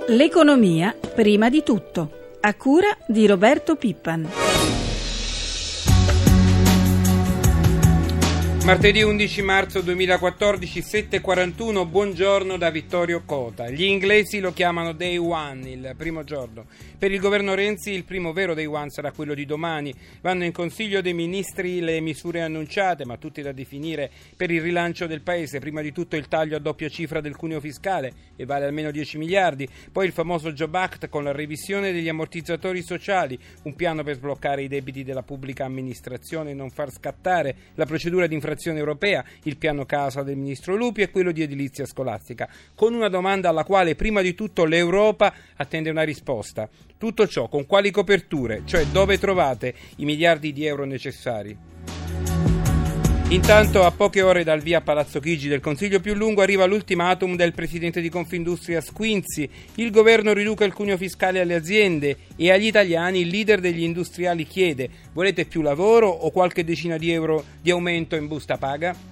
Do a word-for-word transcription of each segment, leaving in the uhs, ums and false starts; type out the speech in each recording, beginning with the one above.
L'economia prima di tutto, a cura di Roberto Pippan. Martedì undici marzo duemilaquattordici, sette e quarantuno, buongiorno da Vittorio Cota. Gli inglesi lo chiamano Day One, il primo giorno. Per il governo Renzi il primo vero Day One sarà quello di domani. Vanno in Consiglio dei Ministri le misure annunciate, ma tutte da definire, per il rilancio del Paese. Prima di tutto il taglio a doppia cifra del cuneo fiscale, e vale almeno dieci miliardi. Poi il famoso Job Act con la revisione degli ammortizzatori sociali, un piano per sbloccare i debiti della pubblica amministrazione e non far scattare la procedura di infrazione europea, il piano casa del ministro Lupi e quello di edilizia scolastica, con una domanda alla quale prima di tutto l'Europa attende una risposta. Tutto ciò con quali coperture, cioè dove trovate i miliardi di euro necessari? Intanto, a poche ore dal via Palazzo Chigi del Consiglio più lungo, arriva l'ultimatum del presidente di Confindustria Squinzi. Il governo riduca il cuneo fiscale alle aziende e agli italiani il leader degli industriali chiede: volete più lavoro o qualche decina di euro di aumento in busta paga?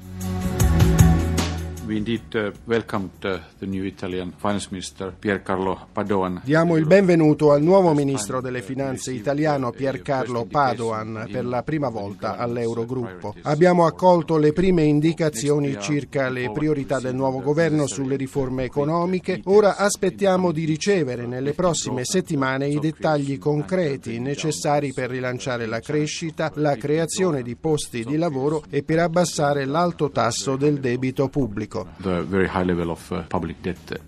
We indeed uh, welcomed uh, the new Italian Finance Minister Piercarlo Padoan. Diamo il benvenuto al nuovo ministro delle Finanze italiano Piercarlo Padoan per la prima volta all'Eurogruppo. Abbiamo accolto le prime indicazioni circa le priorità del nuovo governo sulle riforme economiche. Ora aspettiamo di ricevere nelle prossime settimane i dettagli concreti necessari per rilanciare la crescita, la creazione di posti di lavoro e per abbassare l'alto tasso del debito pubblico. The very high level of uh, public debt.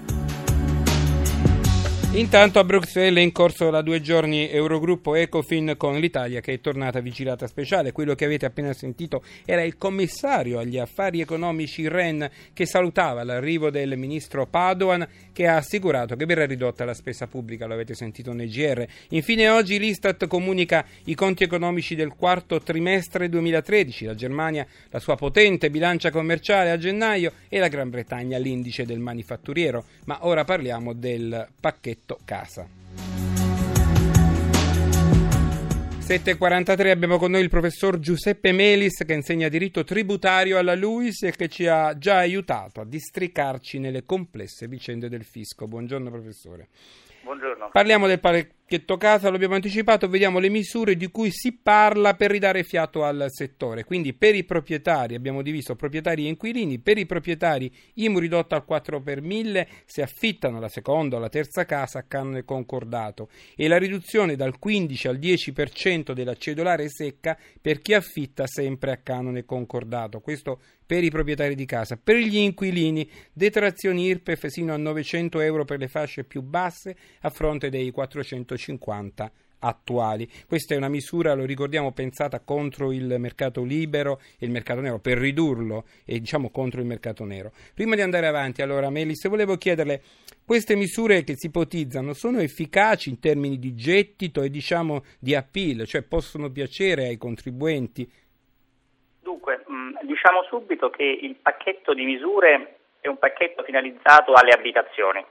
Intanto a Bruxelles è in corso da due giorni Eurogruppo Ecofin con l'Italia che è tornata vigilata speciale. Quello che avete appena sentito era il commissario agli affari economici Rehn che salutava l'arrivo del ministro Padoan, che ha assicurato che verrà ridotta la spesa pubblica, lo avete sentito nei G R. Infine oggi l'Istat comunica i conti economici del quarto trimestre duemilatredici, la Germania la sua potente bilancia commerciale a gennaio e la Gran Bretagna l'indice del manifatturiero. Ma ora parliamo del pacchetto casa. sette e quarantatré, abbiamo con noi il professor Giuseppe Melis che insegna diritto tributario alla LUISS e che ci ha già aiutato a districarci nelle complesse vicende del fisco. Buongiorno professore. Buongiorno. Parliamo del pacchetto casa, lo abbiamo anticipato, vediamo le misure di cui si parla per ridare fiato al settore. Quindi per i proprietari, abbiamo diviso proprietari e inquilini, per i proprietari I M U ridotta al quattro per mille se affittano la seconda o la terza casa a canone concordato e la riduzione dal quindici al dieci per cento della cedolare secca per chi affitta sempre a canone concordato. Questo per i proprietari di casa. Per gli inquilini, detrazioni I R P E F sino a novecento euro per le fasce più basse a fronte dei quattrocentocinquanta attuali. Questa è una misura, lo ricordiamo, pensata contro il mercato libero e il mercato nero, per ridurlo e diciamo contro il mercato nero. Prima di andare avanti, allora Melis, volevo chiederle, queste misure che si ipotizzano sono efficaci in termini di gettito e diciamo di appeal, cioè possono piacere ai contribuenti? Dunque, mh, diciamo subito che il pacchetto di misure è un pacchetto finalizzato alle abitazioni,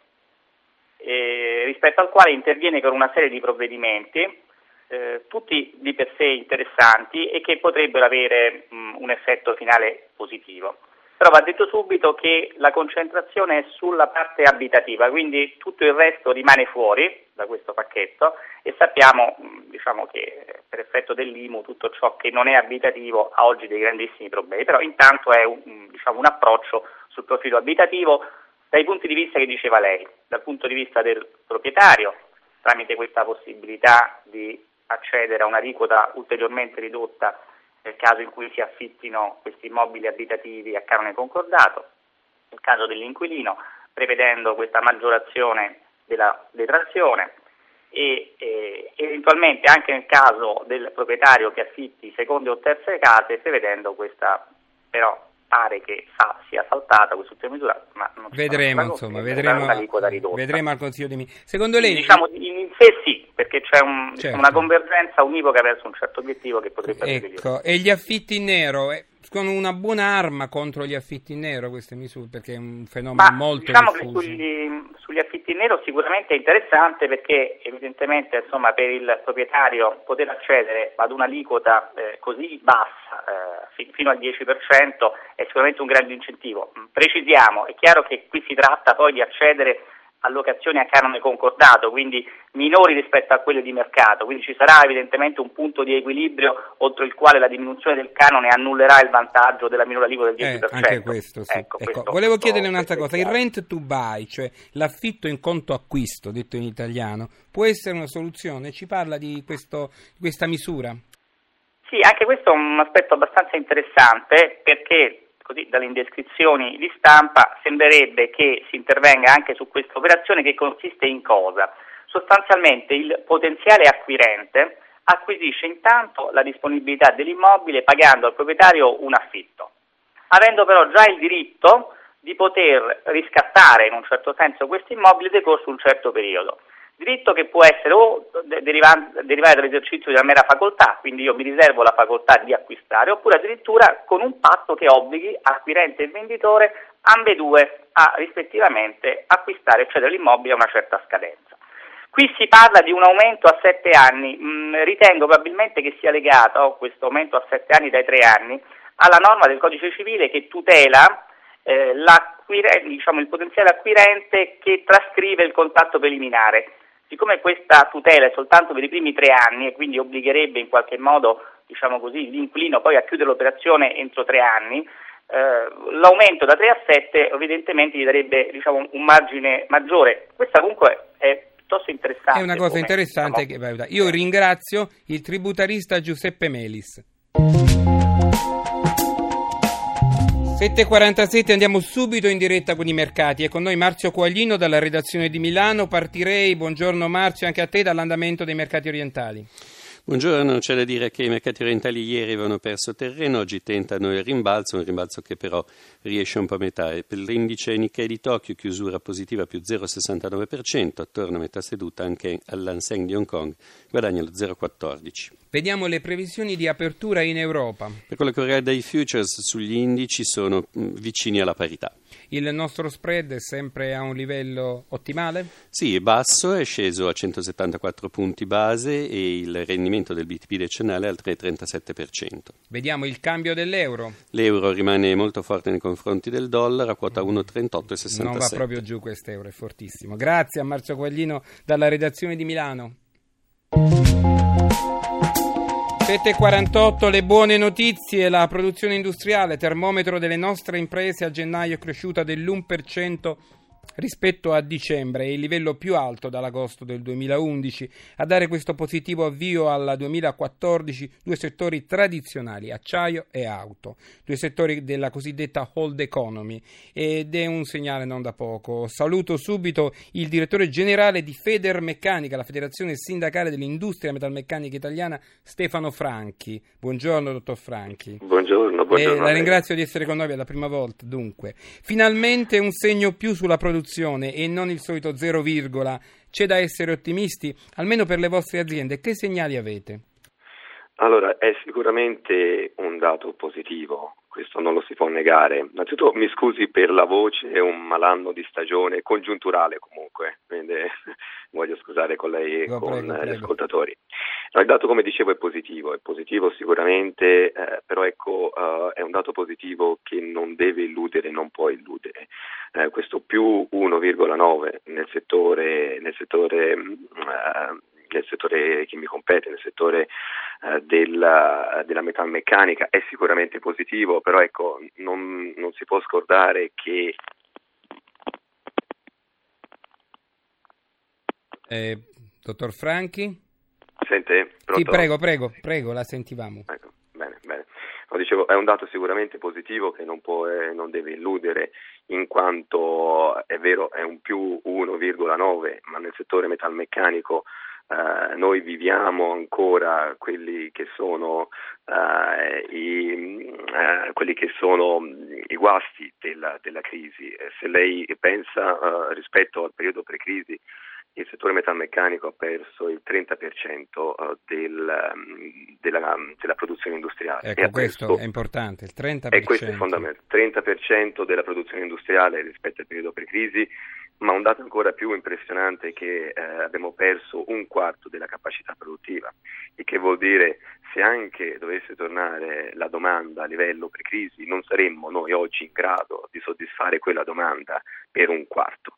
eh, rispetto al quale interviene con una serie di provvedimenti, eh, tutti di per sé interessanti e che potrebbero avere mh, un effetto finale positivo. Però va detto subito che la concentrazione è sulla parte abitativa, quindi tutto il resto rimane fuori da questo pacchetto e sappiamo diciamo che per effetto dell'I M U tutto ciò che non è abitativo ha oggi dei grandissimi problemi, però intanto è un, diciamo, un approccio sul profilo abitativo dai punti di vista che diceva lei, dal punto di vista del proprietario, tramite questa possibilità di accedere a un'aliquota ulteriormente ridotta nel caso in cui si affittino questi immobili abitativi a canone concordato, nel caso dell'inquilino, prevedendo questa maggiorazione della detrazione e, e eventualmente anche nel caso del proprietario che affitti seconde o terze case, prevedendo questa, però pare che sa, sia saltata quest'ultima misura, ma non vedremo insomma, vedremo, vedremo al Consiglio dei Ministri. Secondo lei? Diciamo in sé sì, perché c'è un, certo. una convergenza univoca verso un certo obiettivo che potrebbe essere. Ecco, e gli affitti in nero eh, sono una buona arma contro gli affitti in nero queste misure, perché è un fenomeno ma molto diciamo diffuso. Che sugli, sugli affitti in nero sicuramente è interessante perché evidentemente insomma per il proprietario poter accedere ad un'aliquota eh, così bassa eh, fi, fino al dieci per cento è sicuramente un grande incentivo. Precisiamo, è chiaro che qui si tratta poi di accedere allocazioni a canone concordato, quindi minori rispetto a quelle di mercato, quindi ci sarà evidentemente un punto di equilibrio oltre il quale la diminuzione del canone annullerà il vantaggio della minore aliquota del dieci per cento. Eh, anche questo, sì. Ecco, ecco, questo, volevo questo, chiedere un'altra cosa, il chiaro. rent to buy, cioè l'affitto in conto acquisto, detto in italiano, può essere una soluzione? Ci parla di questo, questa misura? Sì, anche questo è un aspetto abbastanza interessante, perché così dalle indiscrezioni di stampa sembrerebbe che si intervenga anche su questa operazione, che consiste in cosa? Sostanzialmente il potenziale acquirente acquisisce intanto la disponibilità dell'immobile pagando al proprietario un affitto, avendo però già il diritto di poter riscattare in un certo senso questo immobile decorso un certo periodo. Diritto che può essere o derivante, derivare dall'esercizio di una mera facoltà, quindi io mi riservo la facoltà di acquistare, oppure addirittura con un patto che obblighi acquirente e venditore ambedue a rispettivamente acquistare e cedere l'immobile a una certa scadenza. Qui si parla di un aumento a sette anni, mm, ritengo probabilmente che sia legato questo aumento a sette anni dai tre anni alla norma del Codice Civile che tutela eh, diciamo, il potenziale acquirente che trascrive il contratto preliminare. Siccome questa tutela è soltanto per i primi tre anni e quindi obbligherebbe in qualche modo, diciamo così, l'inquilino poi a chiudere l'operazione entro tre anni, eh, l'aumento da tre a sette evidentemente gli darebbe, diciamo, un margine maggiore. Questa comunque è piuttosto interessante. È una cosa come, interessante. diciamo. Che, io ringrazio il tributarista Giuseppe Melis. sette e quarantasette, andiamo subito in diretta con i mercati. È con noi Marzio Quaglino dalla redazione di Milano. Partirei, buongiorno Marzio, anche a te, dall'andamento dei mercati orientali. Buongiorno, c'è da dire che i mercati orientali ieri avevano perso terreno, oggi tentano il rimbalzo, un rimbalzo che però riesce un po' a metà. Per l'indice Nikkei di Tokyo, chiusura positiva più zero virgola sessantanove per cento, attorno a metà seduta anche all'Hang Seng di Hong Kong, guadagna lo zero virgola quattordici. Vediamo le previsioni di apertura in Europa. Per quello che riguarda i futures, sugli indici sono vicini alla parità. Il nostro spread è sempre a un livello ottimale? Sì, è basso, è sceso a centosettantaquattro punti base e il rendimento del B T P decennale è al tre virgola trentasette per cento. Vediamo il cambio dell'euro. L'euro rimane molto forte nei confronti del dollaro, a quota uno virgola trentotto sessantasette. Non va proprio giù quest'euro, è fortissimo. Grazie a Marzio Quaglino dalla redazione di Milano. sette e quarantotto, le buone notizie, la produzione industriale, termometro delle nostre imprese a gennaio è cresciuta dell'uno per cento rispetto a dicembre, è il livello più alto dall'agosto del duemilaundici. A dare questo positivo avvio al duemilaquattordici due settori tradizionali, acciaio e auto, due settori della cosiddetta hold economy, ed è un segnale non da poco. Saluto subito il direttore generale di Federmeccanica, la federazione sindacale dell'industria metalmeccanica italiana, Stefano Franchi. Buongiorno dottor Franchi. Buongiorno, buongiorno. Eh, la ringrazio di essere con noi per la prima volta. Dunque, finalmente un segno più sulla produzione e non il solito zero virgola. C'è da essere ottimisti, almeno per le vostre aziende. Che segnali avete? Allora, è sicuramente un dato positivo, questo non lo si può negare. Innanzitutto mi scusi per la voce, è un malanno di stagione, congiunturale comunque, quindi voglio scusare con lei e no, con prego, gli prego. ascoltatori. No, il dato, come dicevo, è positivo, è positivo sicuramente, eh, però ecco, uh, è un dato positivo che non deve illudere, non può illudere. Eh, questo più uno virgola nove nel settore, nel settore uh, nel settore che mi compete, nel settore uh, della, della metalmeccanica è sicuramente positivo, però ecco, non, non si può scordare che Eh, dottor Franchi? Sente? Pronto? Sì, prego, prego, prego, la sentivamo. Ecco, bene, bene. No, dicevo, è un dato sicuramente positivo che non può e eh, non deve illudere, in quanto è vero, è un più uno virgola nove, ma nel settore metalmeccanico Uh, noi viviamo ancora quelli che sono uh, i, uh, quelli che sono i guasti della, della crisi. Se lei pensa uh, rispetto al periodo pre-crisi, il settore metalmeccanico ha perso il trenta per cento del, della, della produzione industriale. Ecco, questo perso, è importante, il trenta per cento. E questo è fondamentale, trenta per cento della produzione industriale rispetto al periodo pre-crisi, ma un dato ancora più impressionante è che eh, abbiamo perso un quarto della capacità produttiva, il che vuol dire se anche dovesse tornare la domanda a livello pre-crisi non saremmo noi oggi in grado di soddisfare quella domanda per un quarto.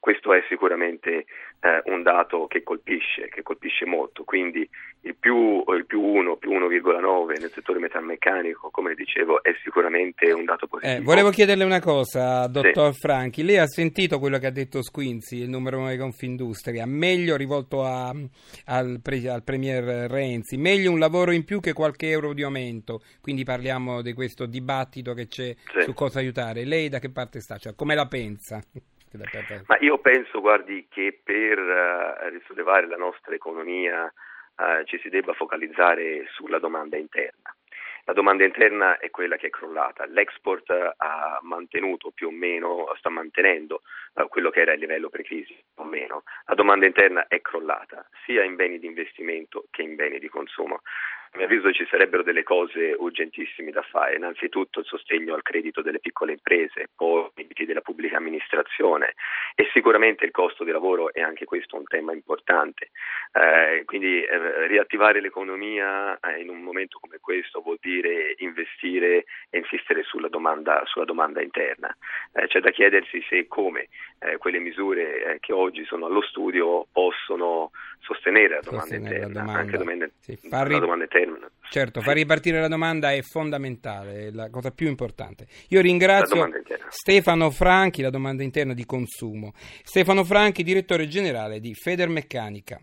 questo è sicuramente eh, un dato che colpisce, che colpisce molto, quindi il più, il più uno, più uno virgola nove nel settore metalmeccanico, come dicevo, è sicuramente un dato positivo. Eh, volevo chiederle una cosa, dottor Sì. Franchi, lei ha sentito quello che ha detto Squinzi, il numero uno di Confindustria, meglio rivolto a, al, pre, al Premier Renzi, meglio un lavoro in più che qualche euro di aumento, quindi parliamo di questo dibattito che c'è Sì. su cosa aiutare. Lei da che parte sta? Cioè, come la pensa? Ma io penso, guardi, che per uh, risollevare la nostra economia uh, ci si debba focalizzare sulla domanda interna. La domanda interna è quella che è crollata, l'export uh, ha mantenuto più o meno, sta mantenendo uh, quello che era il livello pre-crisi più o meno. La domanda interna è crollata sia in beni di investimento che in beni di consumo. A mio avviso ci sarebbero delle cose urgentissime da fare, innanzitutto il sostegno al credito delle piccole imprese, poi i debiti della pubblica amministrazione e sicuramente il costo del lavoro è anche questo un tema importante, eh, quindi eh, riattivare l'economia eh, in un momento come questo vuol dire investire e insistere sulla domanda, sulla domanda interna, eh, c'è da chiedersi se e come eh, quelle misure eh, che oggi sono allo studio possono sostenere la domanda Sostenere interna, la domanda. anche domanda, Sì, la ri- domanda interna. Certo, Sì. far ripartire la domanda è fondamentale, è la cosa più importante. Io ringrazio Stefano Franchi, la domanda interna di consumo. Stefano Franchi, direttore generale di Federmeccanica.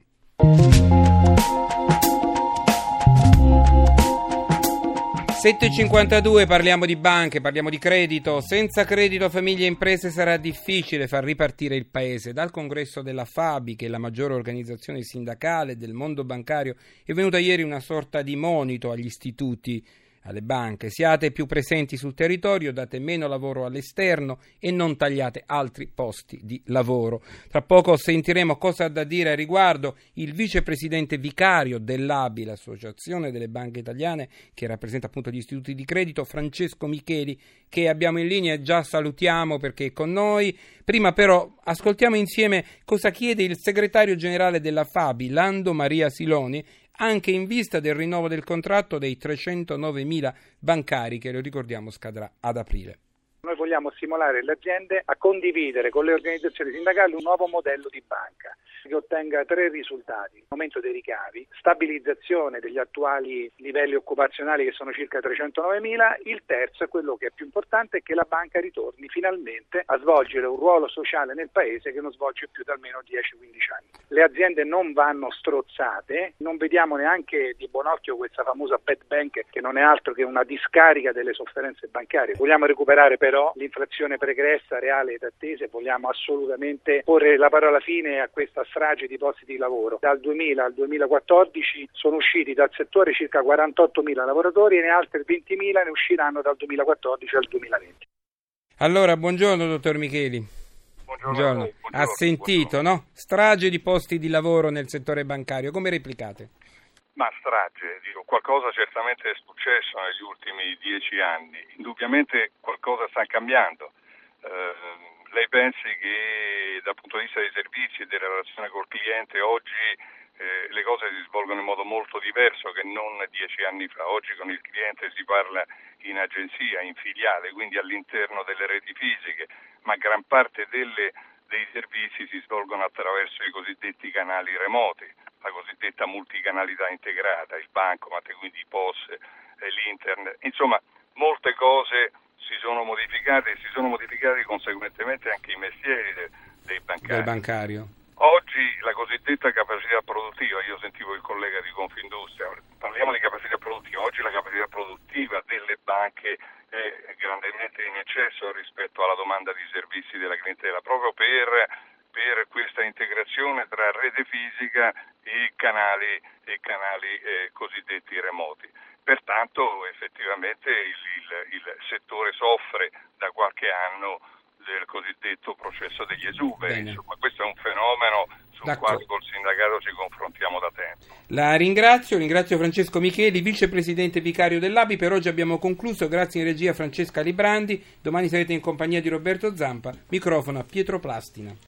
sette e cinquantadue, parliamo di banche, parliamo di credito. Senza credito a famiglie e imprese sarà difficile far ripartire il paese. Dal congresso della Fabi, che è la maggiore organizzazione sindacale del mondo bancario, è venuta ieri una sorta di monito agli istituti, alle banche. Siate più presenti sul territorio, date meno lavoro all'esterno e non tagliate altri posti di lavoro. Tra poco sentiremo cosa ha da dire a riguardo il vicepresidente vicario dell'A B I, l'Associazione delle Banche Italiane, che rappresenta appunto gli istituti di credito, Francesco Micheli, che abbiamo in linea e già salutiamo perché è con noi. Prima però ascoltiamo insieme cosa chiede il segretario generale della Fabi, Lando Maria Siloni, anche in vista del rinnovo del contratto dei trecentonovemila bancari che, lo ricordiamo, scadrà ad aprile. Noi vogliamo stimolare le aziende a condividere con le organizzazioni sindacali un nuovo modello di banca che ottenga tre risultati: aumento dei ricavi, stabilizzazione degli attuali livelli occupazionali che sono circa trecentonovemila. Il terzo, è quello che è più importante, è che la banca ritorni finalmente a svolgere un ruolo sociale nel paese che non svolge più da almeno dieci quindici anni. Le aziende non vanno strozzate, non vediamo neanche di buon occhio questa famosa bad bank, che non è altro che una discarica delle sofferenze bancarie. Vogliamo recuperare per Però l'inflazione pregressa, reale ed attesa, vogliamo assolutamente porre la parola fine a questa strage di posti di lavoro. Dal duemila al duemilaquattordici sono usciti dal settore circa quarantottomila lavoratori e ne altri ventimila ne usciranno dal duemilaquattordici al duemilaventi. Allora, buongiorno dottor Micheli. Buongiorno. Buongiorno. buongiorno Ha sentito, buongiorno. no? Strage di posti di lavoro nel settore bancario, come replicate? Ma strage, dico, qualcosa certamente è successo negli ultimi dieci anni, indubbiamente qualcosa sta cambiando. Eh, lei pensi che dal punto di vista dei servizi e della relazione col cliente oggi eh, le cose si svolgono in modo molto diverso che non dieci anni fa. Oggi con il cliente si parla in agenzia, in filiale, quindi all'interno delle reti fisiche, ma gran parte delle, dei servizi si svolgono attraverso i cosiddetti canali remoti, la cosiddetta multicanalità integrata, il bancomat, quindi i P O S, eh, l'internet, insomma molte cose si sono modificate e si sono modificati conseguentemente anche i mestieri de, dei bancari. Del bancario. Oggi la cosiddetta capacità produttiva, io sentivo il collega di Confindustria, parliamo di capacità produttiva, oggi la capacità produttiva delle banche è grandemente in eccesso rispetto alla domanda di servizi della clientela, proprio per per questa integrazione tra rete fisica e canali, e canali eh, cosiddetti remoti. Pertanto effettivamente il, il, il settore soffre da qualche anno del cosiddetto processo degli esuberi. Insomma, questo è un fenomeno sul D'accordo. quale col sindacato ci confrontiamo da tempo. La ringrazio, ringrazio Francesco Micheli, vicepresidente vicario dell'A B I. Per oggi abbiamo concluso, grazie in regia Francesca Librandi, domani sarete in compagnia di Roberto Zampa, microfono a Pietro Plastina.